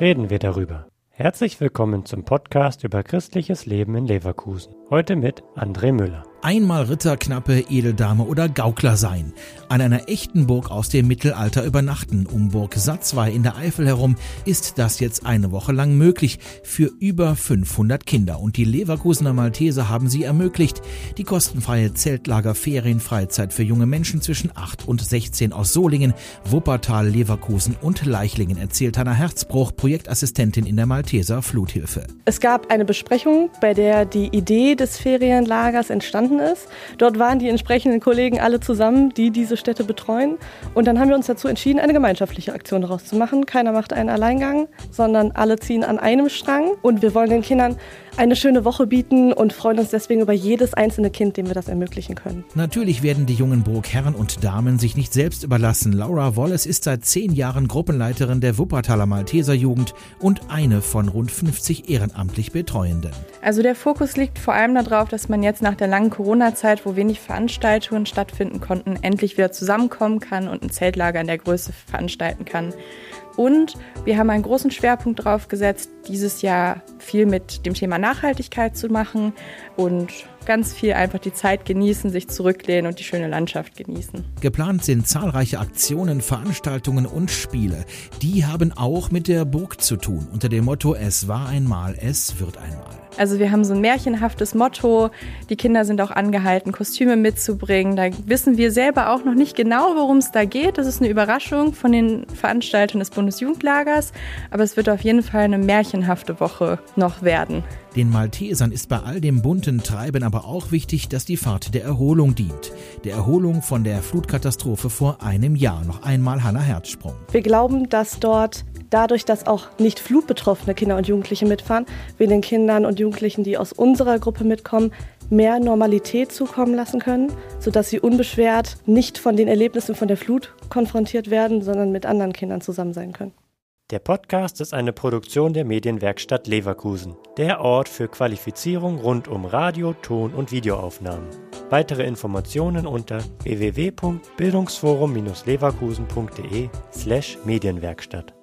reden wir darüber. Herzlich willkommen zum Podcast über christliches Leben in Leverkusen. Heute mit André Müller. Einmal Ritter, Knappe, Edeldame oder Gaukler sein. An einer echten Burg aus dem Mittelalter übernachten, um Burg Satzwey in der Eifel herum, ist das jetzt eine Woche lang möglich für über 500 Kinder. Und die Leverkusener Malteser haben sie ermöglicht. Die kostenfreie Zeltlager-Ferienfreizeit für junge Menschen zwischen 8 und 16 aus Solingen, Wuppertal, Leverkusen und Leichlingen, erzählt Hanna Herzbruch, Projektassistentin in der Malteser Fluthilfe. Es gab eine Besprechung, bei der die Idee des Ferienlagers entstanden ist. Dort waren die entsprechenden Kollegen alle zusammen, die diese Städte betreuen. Und dann haben wir uns dazu entschieden, eine gemeinschaftliche Aktion daraus zu machen. Keiner macht einen Alleingang, sondern alle ziehen an einem Strang. Und wir wollen den Kindern eine schöne Woche bieten und freuen uns deswegen über jedes einzelne Kind, dem wir das ermöglichen können. Natürlich werden die jungen Burgherren und Damen sich nicht selbst überlassen. Laura Wallace ist seit 10 Jahren Gruppenleiterin der Wuppertaler Malteser Jugend und eine von rund 50 ehrenamtlich Betreuenden. Also der Fokus liegt vor allem darauf, dass man jetzt nach der langen Corona-Zeit, wo wenig Veranstaltungen stattfinden konnten, endlich wieder zusammenkommen kann und ein Zeltlager in der Größe veranstalten kann. Und wir haben einen großen Schwerpunkt darauf gesetzt, dieses Jahr viel mit dem Thema Nachhaltigkeit zu machen und ganz viel einfach die Zeit genießen, sich zurücklehnen und die schöne Landschaft genießen. Geplant sind zahlreiche Aktionen, Veranstaltungen und Spiele. Die haben auch mit der Burg zu tun, unter dem Motto: Es war einmal, es wird einmal. Also wir haben so ein märchenhaftes Motto. Die Kinder sind auch angehalten, Kostüme mitzubringen. Da wissen wir selber auch noch nicht genau, worum es da geht. Das ist eine Überraschung von den Veranstaltern des Bundesjugendlagers. Aber es wird auf jeden Fall eine märchenhafte Woche noch werden. Den Maltesern ist bei all dem bunten Treiben aber auch wichtig, dass die Fahrt der Erholung dient. Der Erholung von der Flutkatastrophe vor einem Jahr. Noch einmal Hanna Herzsprung. Wir glauben, dass dort dadurch, dass auch nicht flutbetroffene Kinder und Jugendliche mitfahren, wir den Kindern und Jugendlichen, die aus unserer Gruppe mitkommen, mehr Normalität zukommen lassen können, sodass sie unbeschwert nicht von den Erlebnissen von der Flut konfrontiert werden, sondern mit anderen Kindern zusammen sein können. Der Podcast ist eine Produktion der Medienwerkstatt Leverkusen, der Ort für Qualifizierung rund um Radio-, Ton- und Videoaufnahmen. Weitere Informationen unter www.bildungsforum-leverkusen.de/Medienwerkstatt.